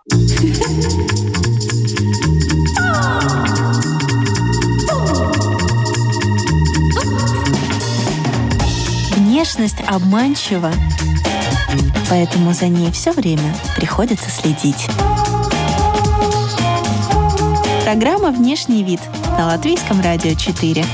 Внешность обманчива, поэтому за ней все время приходится следить. Программа «Внешний вид» на Латвийском радио 4.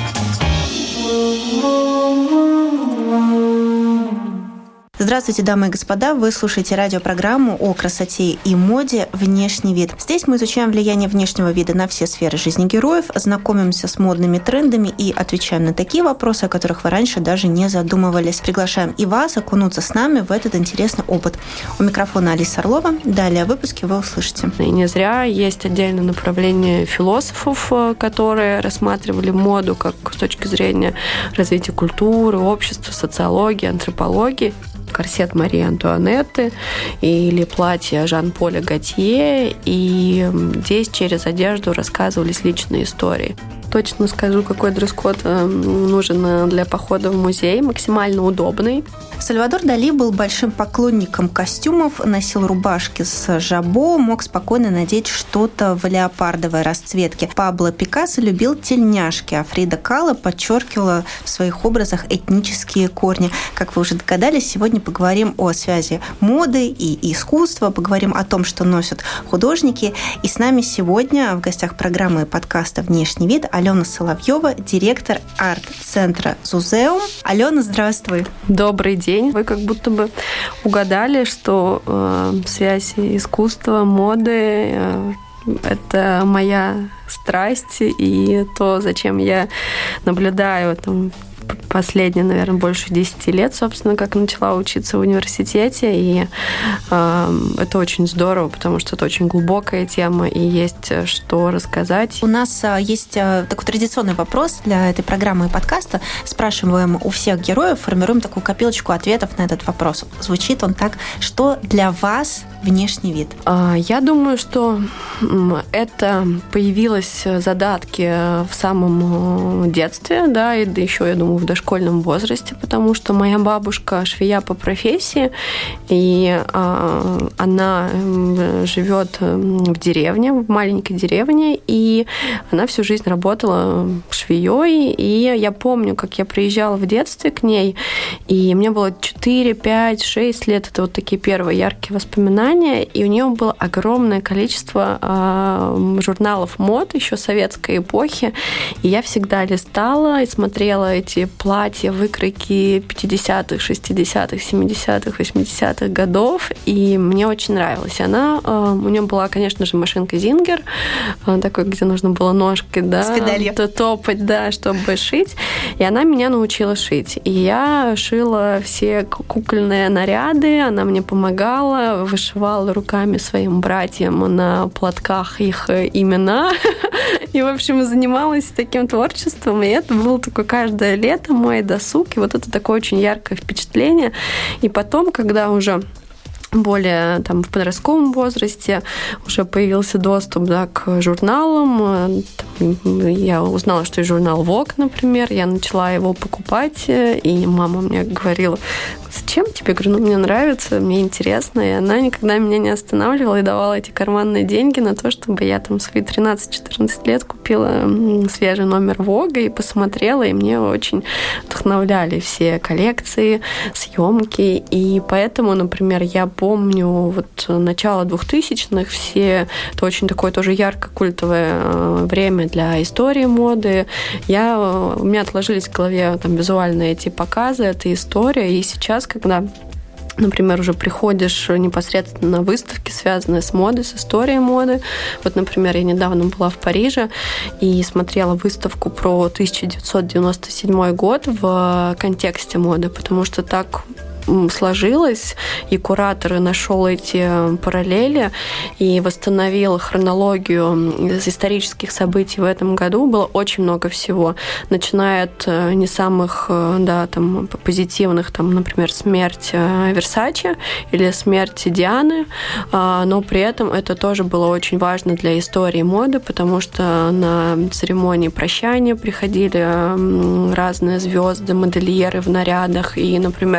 Здравствуйте, дамы и господа! Вы слушаете радиопрограмму о красоте и моде «Внешний вид». Здесь мы изучаем влияние внешнего вида на все сферы жизни героев, знакомимся с модными трендами и отвечаем на такие вопросы, о которых вы раньше даже не задумывались. Приглашаем и вас окунуться с нами в этот интересный опыт. У микрофона Алиса Орлова. Далее в выпуске вы услышите. И не зря есть отдельное направление философов, которые рассматривали моду как с точки зрения развития культуры, общества, социологии, антропологии. Корсет Марии Антуанетты или платье Жан-Поля Готье. И здесь через одежду рассказывались личные истории. Точно скажу, какой дресс-код нужен для похода в музей, максимально удобный. Сальвадор Дали был большим поклонником костюмов, носил рубашки с жабо, мог спокойно надеть что-то в леопардовой расцветке. Пабло Пикассо любил тельняшки, а Фрида Кало подчеркивала в своих образах этнические корни. Как вы уже догадались, сегодня поговорим о связи моды и искусства, поговорим о том, что носят художники. И с нами сегодня в гостях программы подкаста «Внешний вид» Алена Соловьева, директор арт-центра «Зузеум». Алена, здравствуй. Добрый день. Вы как будто бы угадали, что связь искусства, моды это моя страсть и то, зачем я наблюдаю последние, наверное, больше 10 лет, собственно, как начала учиться в университете. И это очень здорово, потому что это очень глубокая тема, и есть что рассказать. У нас есть такой традиционный вопрос для этой программы и подкаста. Спрашиваем у всех героев, формируем такую копилочку ответов на этот вопрос. Звучит он так: что для вас внешний вид? Я думаю, что это появилось задатки в самом детстве, да, и еще, я думаю, в дошкольном возрасте, потому что моя бабушка швея по профессии, и она живет в деревне, в маленькой деревне, и она всю жизнь работала швеей, и я помню, как я приезжала в детстве к ней, и мне было 4, 5, 6 лет, это вот такие первые яркие воспоминания, и у нее было огромное количество журналов мод еще советской эпохи, и я всегда листала и смотрела эти платья, выкройки 50-х, 60-х, 70-х, 80-х годов, и мне очень нравилось. У нее была, конечно же, машинка Зингер, такой, где нужно было ножкой, да, топать, да, чтобы шить, и она меня научила шить. И я шила все кукольные наряды, она мне помогала, вышивала руками своим братьям на платках их имена. И, в общем, занималась таким творчеством. И это было такое каждое лето мой досуг. И вот это такое очень яркое впечатление. И потом, когда уже более в подростковом возрасте уже появился доступ, да, к журналам. Я узнала, что есть журнал Vogue, например. Я начала его покупать, и мама мне говорила: зачем тебе? Я говорю, мне нравится, мне интересно. И она никогда меня не останавливала и давала эти карманные деньги на то, чтобы я в свои 13-14 лет купила свежий номер Vogue и посмотрела, и мне очень вдохновляли все коллекции, съемки. И поэтому, например, я помню начало 2000-х, это очень такое тоже ярко-культовое время для истории моды. У меня отложились в голове визуальные эти показы, эта история. И сейчас, когда, например, уже приходишь непосредственно на выставки, связанные с модой, с историей моды. Например, я недавно была в Париже и смотрела выставку про 1997 год в контексте моды, потому что так сложилось, и куратор нашел эти параллели и восстановил хронологию исторических событий в этом году. Было очень много всего, начиная от не самых позитивных, например, смерть Версаче или смерть Дианы, но при этом это тоже было очень важно для истории моды, потому что на церемонии прощания приходили разные звезды, модельеры в нарядах, и, например,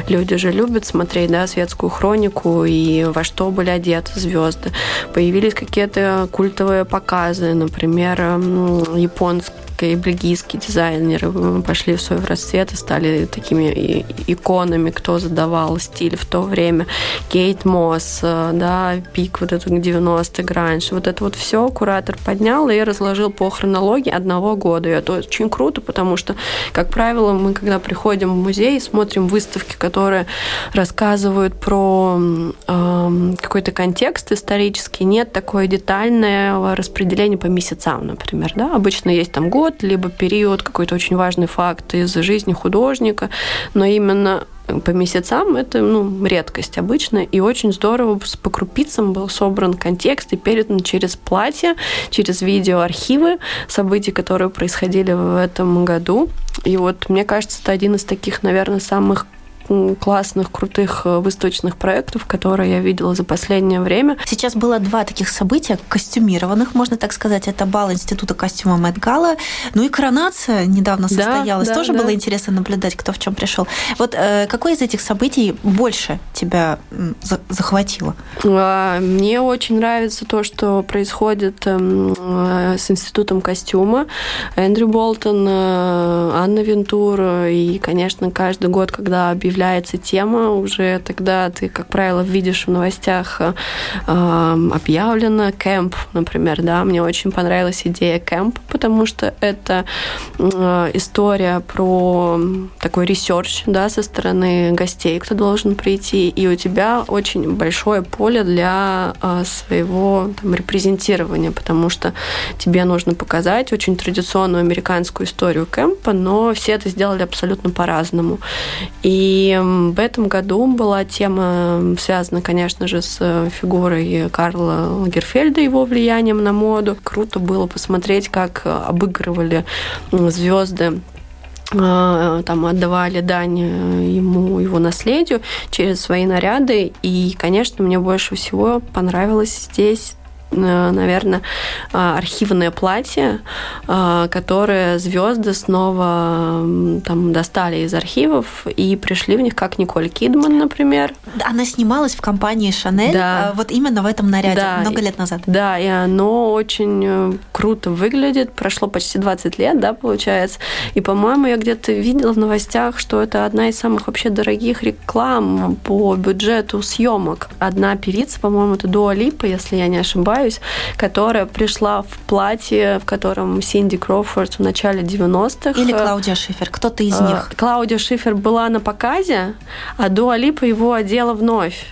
люди же любят смотреть, да, светскую хронику и во что были одеты звезды. Появились какие-то культовые показы, например, японские и бельгийские дизайнеры пошли в свой расцвет и стали такими иконами, кто задавал стиль в то время. Кейт Мосс, да, пик вот этот 90-х, гранж. Вот это вот все куратор поднял и разложил по хронологии одного года. И это очень круто, потому что, как правило, мы, когда приходим в музей, смотрим выставки, которые рассказывают про какой-то контекст исторический, нет такое детальное распределение по месяцам, например. Да? Обычно есть там год, либо период, какой-то очень важный факт из жизни художника, но именно по месяцам это редкость обычно, и очень здорово по крупицам был собран контекст и передан через платье, через видеоархивы событий, которые происходили в этом году. И вот мне кажется, это один из таких, наверное, самых классных, крутых выставочных проектов, которые я видела за последнее время. Сейчас было 2 таких события, костюмированных, можно так сказать. Это бал Института костюма Мэтт Галла. Ну и коронация недавно состоялась. Тоже было интересно наблюдать, кто в чем пришел. Вот какое из этих событий больше тебя захватило? Мне очень нравится то, что происходит с Институтом костюма. Эндрю Болтон, Анна Вентур. И, конечно, каждый год, когда объявляется тема, уже тогда ты, как правило, видишь в новостях объявлено кэмп, например, да, мне очень понравилась идея кэмп, потому что это история про такой ресерч, да, со стороны гостей, кто должен прийти, и у тебя очень большое поле для своего там репрезентирования, потому что тебе нужно показать очень традиционную американскую историю кэмпа, но все это сделали абсолютно по-разному. И в этом году была тема, связана, конечно же, с фигурой Карла Лагерфельда, его влиянием на моду. Круто было посмотреть, как обыгрывали звезды, там отдавали дань ему, его наследию через свои наряды. И, конечно, мне больше всего понравилось здесь, наверное, архивное платье, которое звезды снова там достали из архивов и пришли в них, как Николь Кидман, например. Она снималась в компании Шанель, да. Вот именно в этом наряде, да. Много лет назад. Да, и оно очень круто выглядит. Прошло почти 20 лет, да, получается. И, по-моему, я где-то видела в новостях, что это одна из самых вообще дорогих реклам по бюджету съемок. Одна певица, по-моему, это Дуа Липа, если я не ошибаюсь, которая пришла в платье, в котором Синди Кроуфорд в начале 90-х. Или Клаудия Шифер, кто-то из них. Клаудия Шифер была на показе, а Дуа Липа его одела вновь,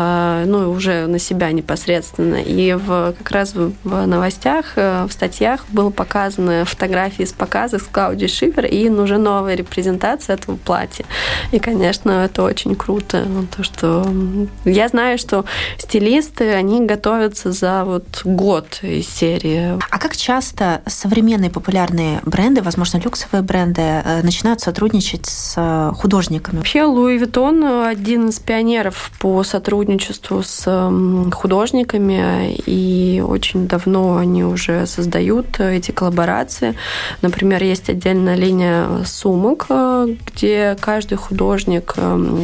уже на себя непосредственно. И как раз в новостях, в статьях было показаны фотографии с показа с Клаудией Шифер, и уже новая репрезентация этого платья. И, конечно, это очень круто. То, что я знаю, что стилисты, они готовятся за год из серии. А как часто современные популярные бренды, возможно, люксовые бренды, начинают сотрудничать с художниками? Вообще, Луи Виттон один из пионеров по сотрудничеству с художниками, и очень давно они уже создают эти коллаборации. Например, есть отдельная линия сумок, где каждый художник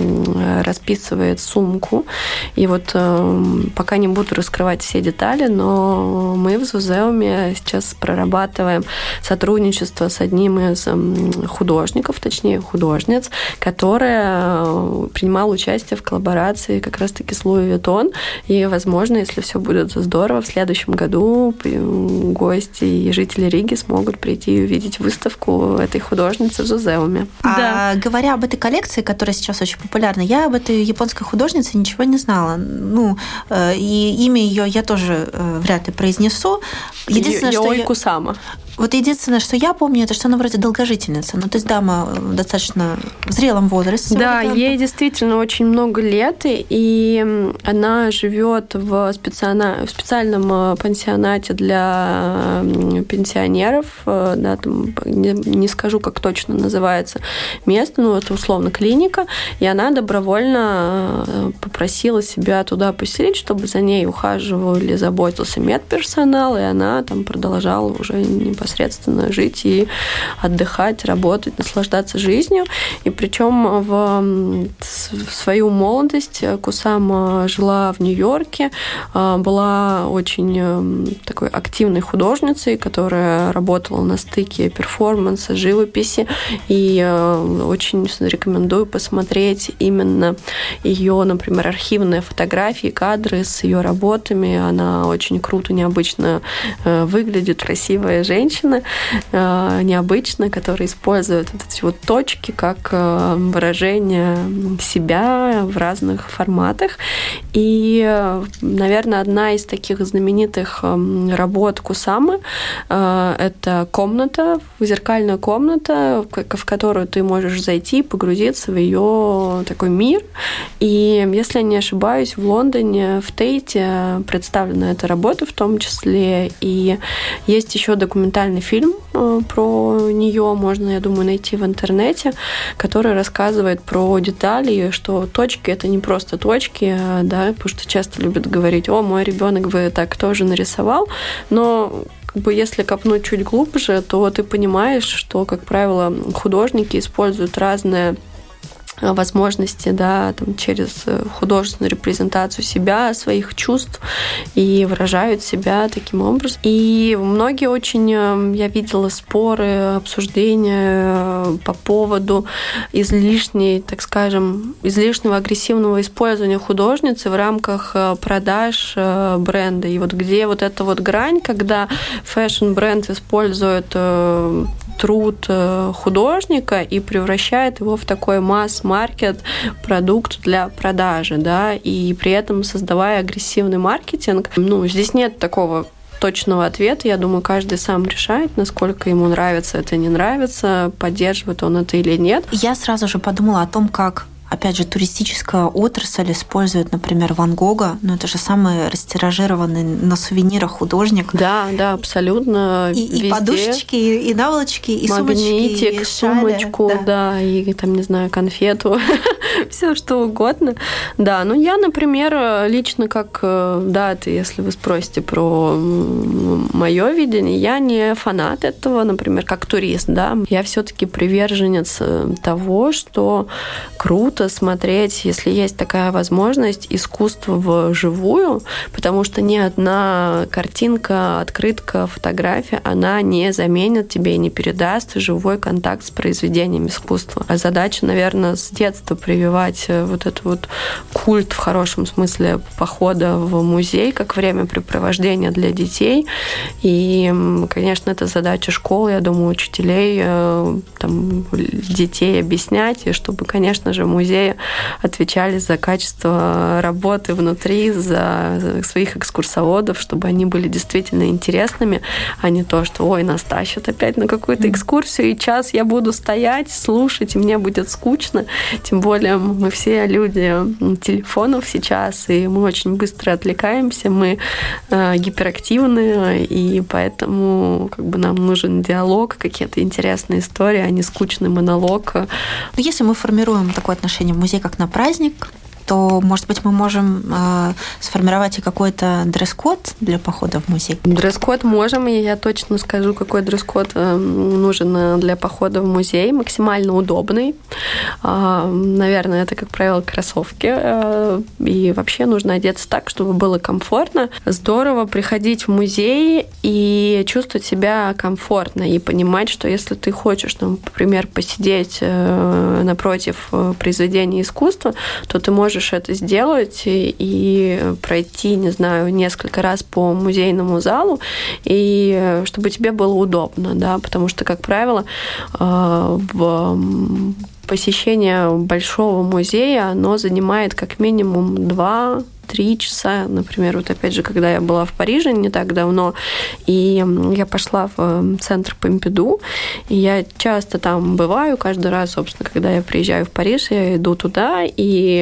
расписывает сумку. И вот пока не буду раскрывать все детали, но мы в Зузеуме сейчас прорабатываем сотрудничество с одним из художников, точнее художниц, которая принимала участие в коллаборации как раз-таки с Луи Виттон. И, возможно, если все будет здорово, в следующем году гости и жители Риги смогут прийти и увидеть выставку этой художницы в Зузеуме. Говоря об этой коллекции, которая сейчас очень популярна, я об этой японской художнице ничего не знала. И имя ее я тоже вряд ли произнесу. Единственное, что Кусама. Вот единственное, что я помню, это что она вроде долгожительница. То есть дама достаточно в зрелом возрасте. Да, ей действительно очень много лет, и она живет в специальном пансионате для пенсионеров. Да, там, не скажу, как точно называется место, но это условно клиника. И она добровольно попросила себя туда поселить, чтобы за ней ухаживал или заботился медперсонал, и она там продолжала уже непосредственно непосредственно жить и отдыхать, работать, наслаждаться жизнью. И причем в свою молодость Кусама жила в Нью-Йорке, была очень такой активной художницей, которая работала на стыке перформанса, живописи. И очень рекомендую посмотреть именно ее, например, архивные фотографии, кадры с ее работами. Она очень круто, необычно выглядит, красивая женщина, необычная, которая использует вот эти вот точки как выражение себя в разных форматах. И, наверное, одна из таких знаменитых работ Кусамы – это комната, зеркальная комната, в которую ты можешь зайти, погрузиться в ее такой мир. И, если я не ошибаюсь, в Лондоне, в Тейте представлена эта работа в том числе. И есть еще документальный фильм про нее, можно, я думаю, найти в интернете, который рассказывает про детали, что точки — это не просто точки, да, потому что часто любят говорить: «О, мой ребенок бы так тоже нарисовал», но если копнуть чуть глубже, то ты понимаешь, что, как правило, художники используют разные возможности, да, там, через художественную репрезентацию себя, своих чувств, и выражают себя таким образом. И многие очень, я видела споры, обсуждения по поводу излишнего агрессивного использования художницы в рамках продаж бренда. И вот где вот эта вот грань, когда фэшн-бренд использует труд художника и превращает его в такой масс-маркет, продукт для продажи, да, и при этом создавая агрессивный маркетинг. Здесь нет такого точного ответа. Я думаю, каждый сам решает, насколько ему нравится это, не нравится, поддерживает он это или нет. Я сразу же подумала о том, как, опять же, туристическая отрасль использует, например, Ван Гога. Это же самый растиражированный на сувенирах художник. Да, абсолютно. И подушечки, и наволочки, и магнитик, сумочки, и сумочку, да, и там, не знаю, конфету, все что угодно. Да, я, например, лично если вы спросите про мое видение, я не фанат этого, например, как турист, да. Я все-таки приверженец того, что круто смотреть, если есть такая возможность, искусство вживую, потому что ни одна картинка, открытка, фотография, она не заменит тебе и не передаст живой контакт с произведением искусства. А задача, наверное, с детства прививать вот этот вот культ, в хорошем смысле, похода в музей как времяпрепровождение для детей. И, конечно, это задача школы, я думаю, учителей, детей объяснять, и чтобы, конечно же, музеи отвечали за качество работы внутри, за своих экскурсоводов, чтобы они были действительно интересными, а не то, что «Ой, нас тащат опять на какую-то экскурсию, и час я буду стоять, слушать, и мне будет скучно». Тем более мы все люди телефонов сейчас, и мы очень быстро отвлекаемся, мы гиперактивны, и поэтому нам нужен диалог, какие-то интересные истории, а не скучный монолог. Если мы формируем такое отношение в музей как на праздник, то, может быть, мы можем сформировать и какой-то дресс-код для похода в музей? Дресс-код можем, и я точно скажу, какой дресс-код нужен для похода в музей. Максимально удобный. Наверное, это, как правило, кроссовки. И вообще нужно одеться так, чтобы было комфортно. Здорово приходить в музей и чувствовать себя комфортно, и понимать, что если ты хочешь, например, посидеть напротив произведения искусства, то ты можешь это сделать и пройти, не знаю, несколько раз по музейному залу, и чтобы тебе было удобно, да, потому что, как правило, посещение большого музея, оно занимает как минимум 2-3 часа. Например, вот опять же, когда я была в Париже не так давно, и я пошла в центр Помпиду, и я часто там бываю, каждый раз, собственно, когда я приезжаю в Париж, я иду туда, и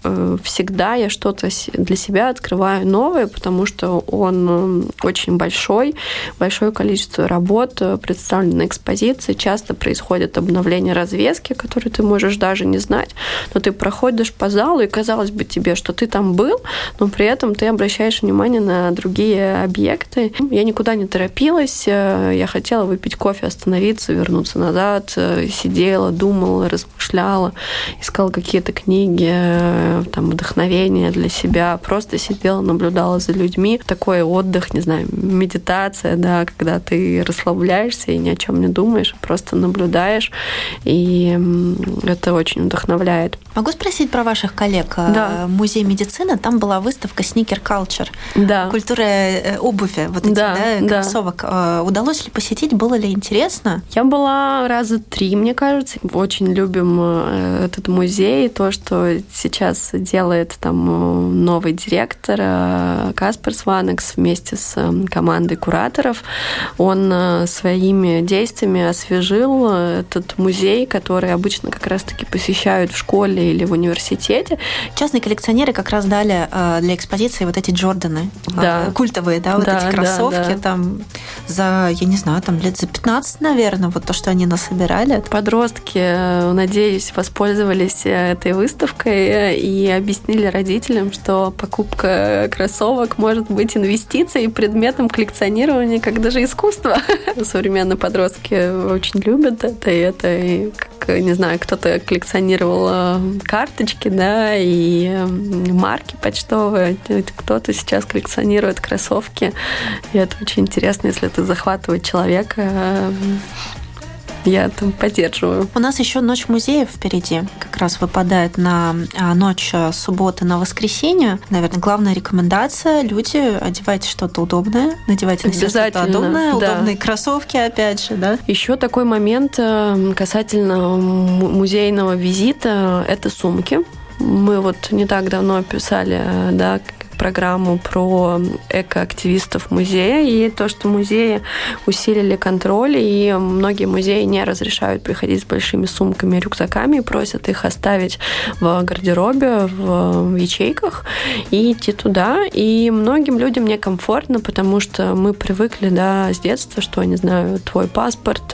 всегда я что-то для себя открываю новое, потому что он очень большое количество работ представлено на экспозиции, часто происходят обновления развески, которые ты можешь даже не знать, но ты проходишь по залу, и казалось бы тебе, что ты там был, но при этом ты обращаешь внимание на другие объекты. Я никуда не торопилась, я хотела выпить кофе, остановиться, вернуться назад, сидела, думала, размышляла, искала какие-то книги, там, вдохновение для себя, просто сидела, наблюдала за людьми. Такой отдых, не знаю, медитация, да, когда ты расслабляешься и ни о чем не думаешь, просто наблюдаешь, и это очень вдохновляет. Могу спросить про ваших коллег? Да. Музей медицины, там была выставка Sneaker Culture. Да. Культура обуви, вот эти, кроссовок. Да. Удалось ли посетить? Было ли интересно? Я была раза 3, мне кажется. Очень любим этот музей. То, что сейчас делает там новый директор Каспер Сванекс вместе с командой кураторов. Он своими действиями освежил этот музей, который обычно как раз-таки посещают в школе или в университете. Частные коллекционеры как раз дали для экспозиции вот эти Джорданы. Да. Культовые, да, вот эти кроссовки. Там за, я не знаю, там лет за 15, наверное, вот то, что они насобирали. Подростки, надеюсь, воспользовались этой выставкой и объяснили родителям, что покупка кроссовок может быть инвестицией и предметом коллекционирования, как даже искусство. Современные подростки очень любят это, и как, не знаю, кто-то коллекционировал карточки, да, и марки почтовые, кто-то сейчас коллекционирует кроссовки, и это очень интересно, если это захватывает человека. Я там поддерживаю. У нас еще ночь музеев впереди. Как раз выпадает на ночь субботы на воскресенье. Наверное, главная рекомендация: люди, одевайте что-то удобное, надевайте на себя что-то удобное, да. Удобные кроссовки, опять же, да. Еще такой момент касательно музейного визита – это сумки. Мы вот не так давно писали, да, программу про экоактивистов музея, и то, что музеи усилили контроль, и многие музеи не разрешают приходить с большими сумками и рюкзаками, просят их оставить в гардеробе, в ячейках и идти туда. И многим людям некомфортно, потому что мы привыкли, да, с детства, что, не знаю, твой паспорт,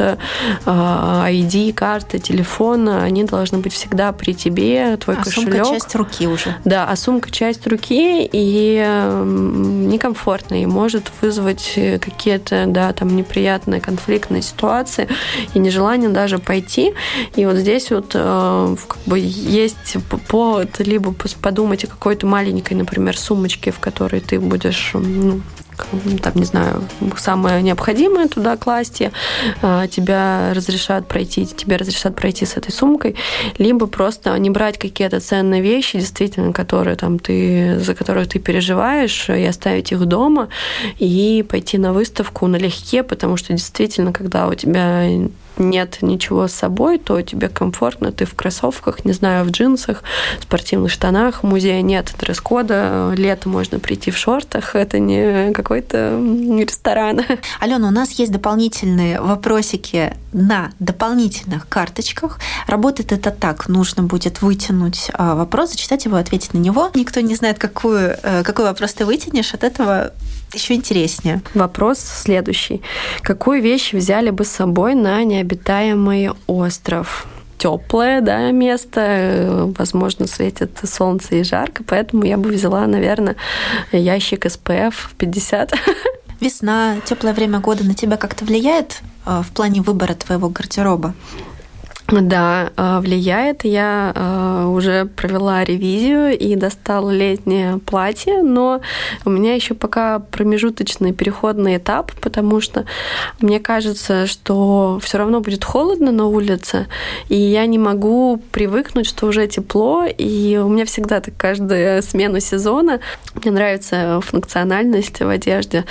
ID, карта, телефон, они должны быть всегда при тебе, твой кошелек. А сумка часть руки уже. Да, а сумка часть руки, и некомфортно, и может вызвать какие-то, да, там неприятные конфликтные ситуации и нежелание даже пойти. И вот здесь вот как бы есть повод либо подумать о какой-то маленькой, например, сумочке, в которой ты будешь, там, не знаю, самое необходимое туда класть, тебе разрешат пройти с этой сумкой, либо просто не брать какие-то ценные вещи, действительно, за которые ты переживаешь, и оставить их дома, и пойти на выставку налегке, потому что действительно, когда у тебя нет ничего с собой, то тебе комфортно, ты в кроссовках, не знаю, в джинсах, в спортивных штанах, в музее нет дресс-кода, летом можно прийти в шортах, это не какой-то ресторан. Алена, у нас есть дополнительные вопросики на дополнительных карточках. Работает это так: нужно будет вытянуть вопрос, зачитать его, ответить на него. Никто не знает, какой вопрос ты вытянешь, от этого еще интереснее. Вопрос следующий. Какую вещь взяли бы с собой на необитаемый остров? Теплое, да, место, возможно, светит солнце и жарко, поэтому я бы взяла, наверное, ящик SPF 50. Весна, теплое время года на тебя как-то влияет в плане выбора твоего гардероба? Да, влияет. Я уже провела ревизию и достала летнее платье, но у меня еще пока промежуточный переходный этап, потому что мне кажется, что все равно будет холодно на улице, и я не могу привыкнуть, что уже тепло, и у меня всегда так каждую смену сезона. Мне нравится функциональность в одежде,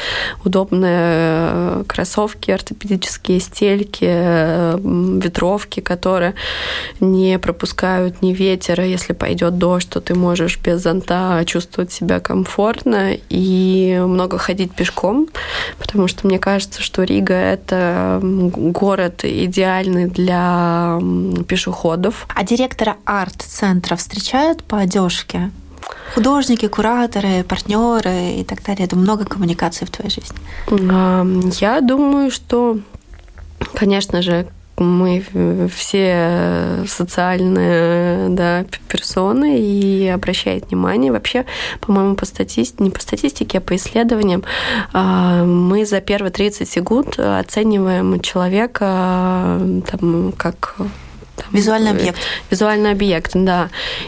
удобные кроссовки, ортопедические стельки, ветровки, которые не пропускают ни ветер, если пойдет дождь, то ты можешь без зонта чувствовать себя комфортно и много ходить пешком, потому что мне кажется, что Рига — это город идеальный для пешеходов. А директора арт-центра встречают по одежке? Художники, кураторы, партнеры и так далее. Это много коммуникаций в твоей жизни. Я думаю, что, конечно же, мы все социальные, да, персоны, и обращает внимание. Вообще, по-моему, не по статистике, а по исследованиям, мы за первые 30 секунд оцениваем человека там, как... Визуальный объект. Визуальный объект, да.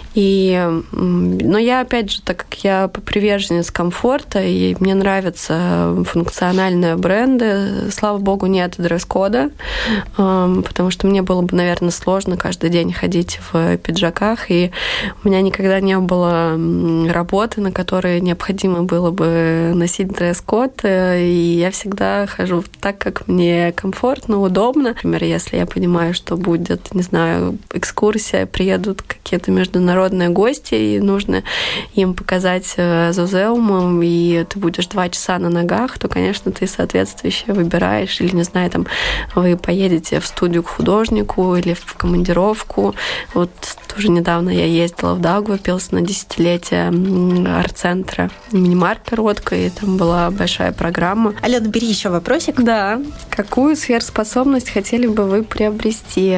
Но я, опять же, так как я приверженец комфорта, и мне нравятся функциональные бренды, слава богу, нет дресс-кода, потому что мне было бы, наверное, сложно каждый день ходить в пиджаках, и у меня никогда не было работы, на которой необходимо было бы носить дресс-код, и я всегда хожу так, как мне комфортно, удобно. Например, если я понимаю, что будет, не знаю, экскурсия, приедут какие-то международные гости, и нужно им показать зоозеум, и ты будешь 2 часа на ногах, то, конечно, ты соответствующе выбираешь, или, не знаю, там, вы поедете в студию к художнику или в командировку. Вот тоже недавно я ездила в Даугавпилс на 10-летие арт-центра имени Марка Ротко, и там была большая программа. Алена, бери еще вопросик. Да. Какую сверхспособность хотели бы вы приобрести?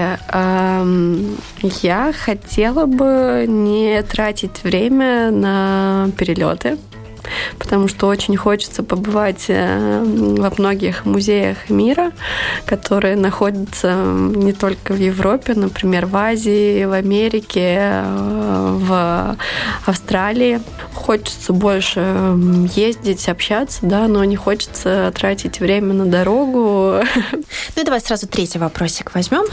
Я хотела бы не тратить время на перелеты, потому что очень хочется побывать во многих музеях мира, которые находятся не только в Европе, например, в Азии, в Америке, в Австралии. Хочется больше ездить, общаться, да, но не хочется тратить время на дорогу. Ну, давай сразу 3-й вопросик возьмем.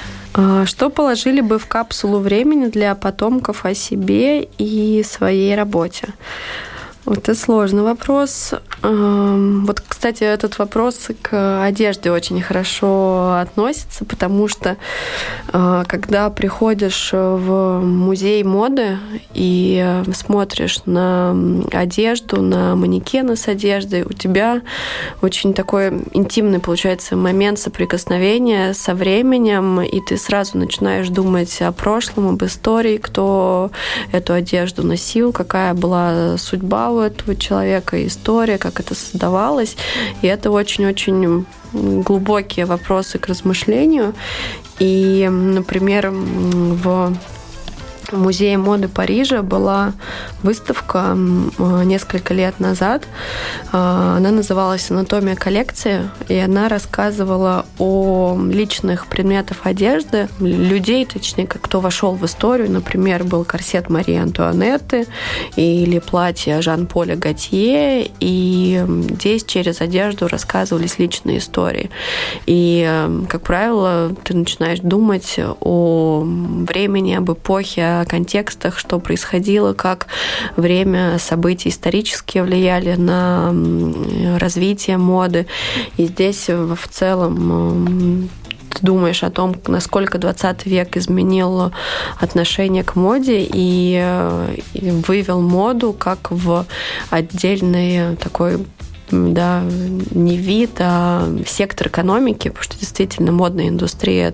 Что положили бы в капсулу времени для потомков о себе и своей работе? Вот это сложный вопрос. Вот, кстати, этот вопрос к одежде очень хорошо относится, потому что когда приходишь в музей моды и смотришь на одежду, на манекены с одеждой, у тебя очень такой интимный, получается, момент соприкосновения со временем, и ты сразу начинаешь думать о прошлом, об истории, кто эту одежду носил, какая была судьба у этого человека, история, как это создавалось. И это очень-очень глубокие вопросы к размышлению. И, например, в Музее моды Парижа была выставка несколько лет назад. Она называлась «Анатомия коллекции», и она рассказывала о личных предметах одежды, людей, точнее, кто вошел в историю. Например, был корсет Марии Антуанетты или платье Жан-Поля Готье, и здесь через одежду рассказывались личные истории. И, как правило, ты начинаешь думать о времени, об эпохе, о контекстах, что происходило, как время, события исторические влияли на развитие моды. И здесь в целом ты думаешь о том, насколько 20 век изменил отношение к моде и вывел моду как в отдельный такой, да, не вид, а сектор экономики, потому что действительно модная индустрия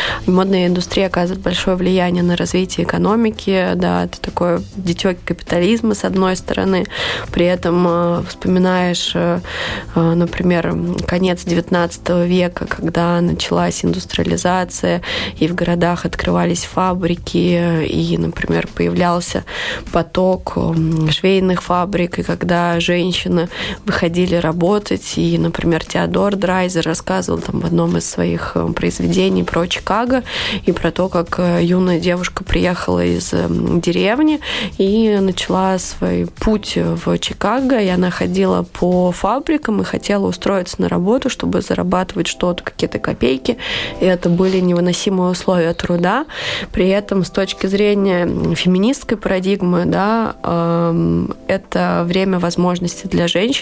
оказывает большое влияние на развитие экономики, да, это такое дитё капитализма с одной стороны, при этом вспоминаешь, например, конец XIX века, когда началась индустриализация, и в городах открывались фабрики, и, например, появлялся поток швейных фабрик, и когда женщины выходили работать, и, например, Теодор Драйзер рассказывал там в одном из своих произведений про Чикаго и про то, как юная девушка приехала из деревни и начала свой путь в Чикаго, и она ходила по фабрикам и хотела устроиться на работу, чтобы зарабатывать что-то, какие-то копейки, и это были невыносимые условия труда. При этом с точки зрения феминистской парадигмы, да, это время возможностей для женщины, когда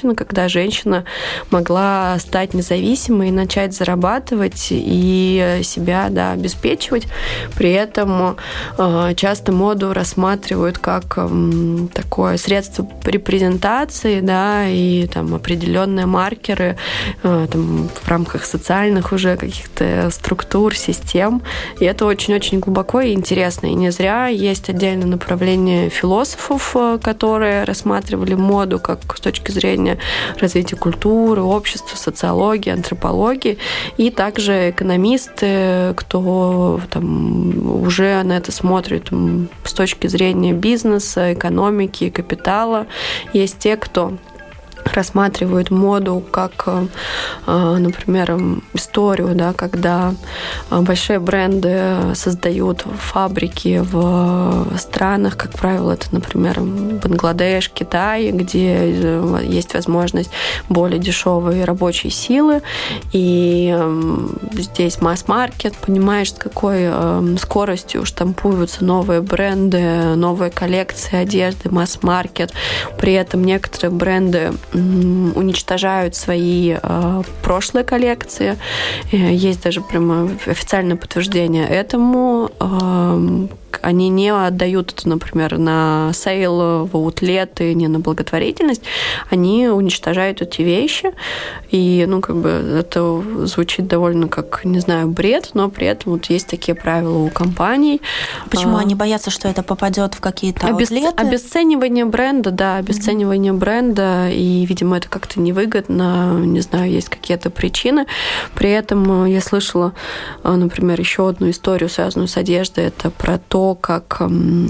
женщина могла стать независимой, начать зарабатывать и себя, да, обеспечивать. При этом часто моду рассматривают как такое средство репрезентации, да, и там определенные маркеры там, в рамках социальных уже каких-то структур, систем. И это очень-очень глубоко и интересно. И не зря есть отдельное направление философов, которые рассматривали моду как с точки зрения развития культуры, общества, социологии, антропологии. И также экономисты, кто там уже на это смотрит с точки зрения бизнеса, экономики, капитала. Есть те, кто рассматривают моду как, например, историю, да, когда большие бренды создают фабрики в странах, как правило, это, например, Бангладеш, Китай, где есть возможность более дешевой рабочей силы, и здесь масс-маркет, понимаешь, с какой скоростью штампуются новые бренды, новые коллекции одежды, масс-маркет. При этом некоторые бренды уничтожают свои прошлые коллекции. Есть даже прямо официальное подтверждение этому. Они не отдают это, например, на сейл, в аутлеты, не на благотворительность. Они уничтожают эти вещи. И, это звучит довольно как, не знаю, бред, но при этом вот есть такие правила у компаний. Почему они боятся, что это попадет в какие-то аутлеты? Обесценивание бренда, да, обесценивание бренда, и, видимо, это как-то невыгодно, не знаю, есть какие-то причины. При этом я слышала, например, еще одну историю, связанную с одеждой, это про то, как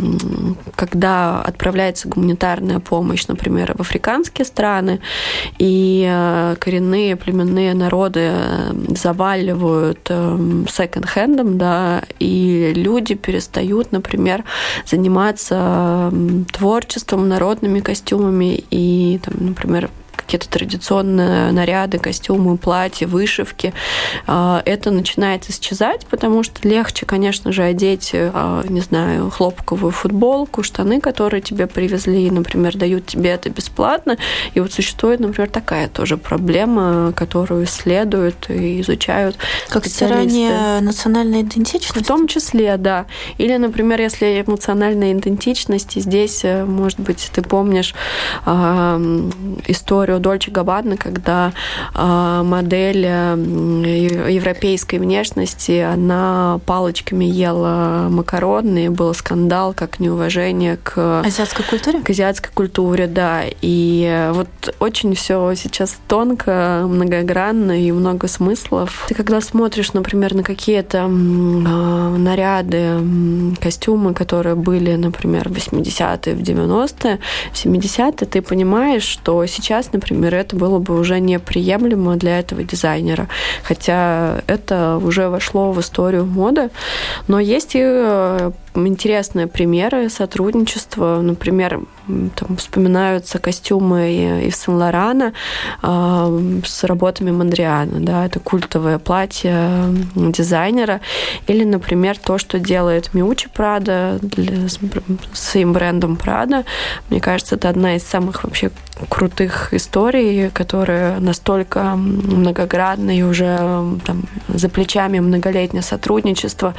когда отправляется гуманитарная помощь, например, в африканские страны, и коренные племенные народы заваливают секонд-хендом, да, и люди перестают, например, заниматься творчеством, народными костюмами и, там, например, какие-то традиционные наряды, костюмы, платья, вышивки. Это начинает исчезать, потому что легче, конечно же, одеть, не знаю, хлопковую футболку, штаны, которые тебе привезли, например, дают тебе это бесплатно. И вот существует, например, такая тоже проблема, которую исследуют и изучают как стирание национальной идентичности? В том числе, да. Или, например, если эмоциональная идентичность, и здесь, может быть, ты помнишь историю Дольче Габбана, когда модель европейской внешности, она палочками ела макароны, и был скандал, как неуважение к азиатской культуре? К азиатской культуре, да. И вот очень все сейчас тонко, многогранно и много смыслов. Ты когда смотришь, например, на какие-то наряды, костюмы, которые были, например, в 80-е, в 90-е, в 70-е, ты понимаешь, что сейчас, например, это было бы уже неприемлемо для этого дизайнера. Хотя это уже вошло в историю моды. Но есть и интересные примеры сотрудничества. Например, там вспоминаются костюмы Ив Сен-Лорана с работами Мондриана. Да, это культовое платье дизайнера. Или, например, то, что делает Миучи Прада с своим брендом Прада. Мне кажется, это одна из самых вообще крутых историй, которая настолько многогранна и уже там, за плечами многолетнее сотрудничество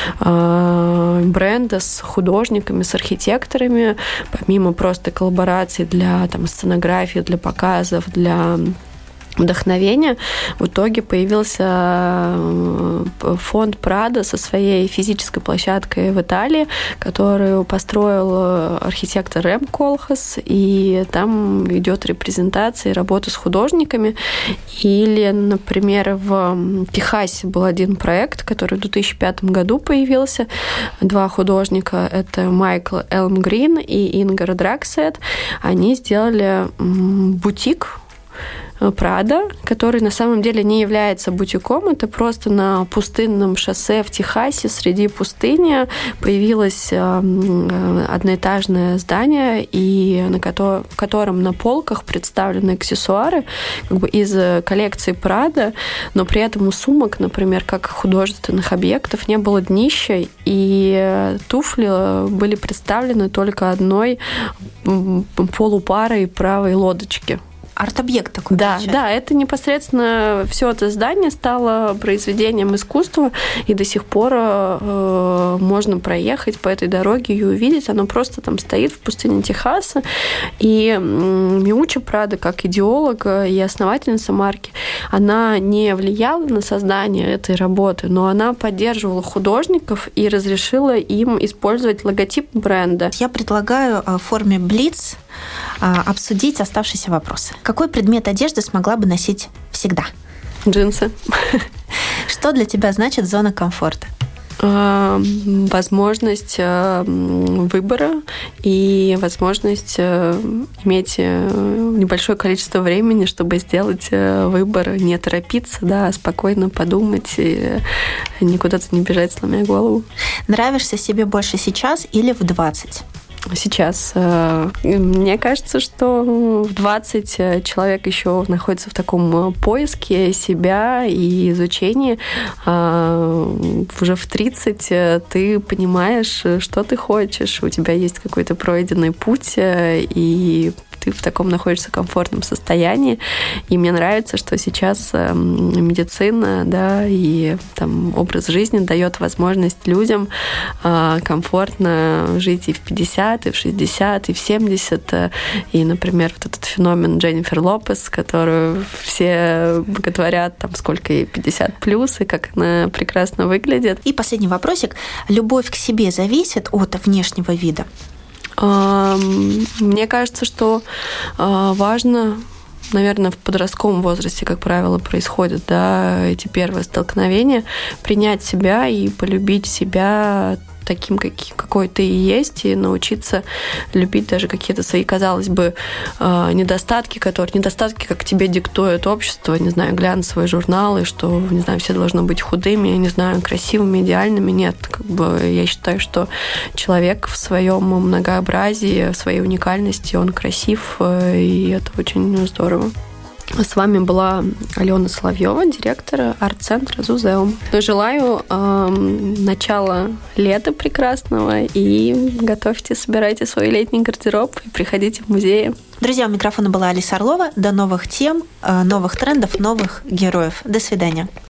бренда с художниками, с архитекторами, помимо просто коллабораций для там, сценографии, для показов, для вдохновения, в итоге появился фонд Прада со своей физической площадкой в Италии, которую построил архитектор Рэм Колхас, и там идет репрезентация и работа с художниками. Или, например, в Техасе был один проект, который в 2005 году появился. Два художника, это Майкл Элмгрин и Ингар Драксет. Они сделали бутик Прада, который на самом деле не является бутиком, это просто на пустынном шоссе в Техасе среди пустыни появилось одноэтажное здание, и в котором на полках представлены аксессуары как бы из коллекции Прада, но при этом у сумок, например, как художественных объектов, не было днища, и туфли были представлены только одной полупарой правой лодочки. арт-объект такой. Да, это непосредственно все это здание стало произведением искусства, и до сих пор можно проехать по этой дороге и увидеть. Оно просто там стоит в пустыне Техаса. И Миуччо Прадо, как идеолог и основательница марки, она не влияла на создание этой работы, но она поддерживала художников и разрешила им использовать логотип бренда. Я предлагаю в форме блиц обсудить оставшиеся вопросы. Какой предмет одежды смогла бы носить всегда? Джинсы. Что для тебя значит зона комфорта? Возможность выбора и возможность иметь небольшое количество времени, чтобы сделать выбор, не торопиться, да, а спокойно подумать и никуда-то не бежать, сломя голову. Нравишься себе больше сейчас или в 20? Сейчас. Мне кажется, что в 20 человек еще находится в таком поиске себя и изучении. Уже в 30 ты понимаешь, что ты хочешь, у тебя есть какой-то пройденный путь, и ты в таком находишься комфортном состоянии. И мне нравится, что сейчас медицина, да, и там образ жизни дает возможность людям комфортно жить и в 50, и в 60, и в 70. И, например, вот этот феномен Дженнифер Лопес, которую все боготворят, там, сколько ей 50 плюс, и как она прекрасно выглядит. И последний вопросик. Любовь к себе зависит от внешнего вида? Мне кажется, что важно, наверное, в подростковом возрасте, как правило, происходят, да, эти первые столкновения, принять себя и полюбить себя таким, какой ты и есть, и научиться любить даже какие-то свои, казалось бы, недостатки, как тебе диктует общество, не знаю, глянцевые журналы, что, не знаю, все должны быть худыми, не знаю, красивыми, идеальными. Нет, как бы я считаю, что человек в своем многообразии, в своей уникальности, он красив, и это очень здорово. С вами была Алена Соловьева, директор арт-центра «Зузеум». Желаю начала лета прекрасного, и собирайте свой летний гардероб и приходите в музеи. Друзья, у микрофона была Алиса Орлова. До новых тем, новых трендов, новых героев. До свидания.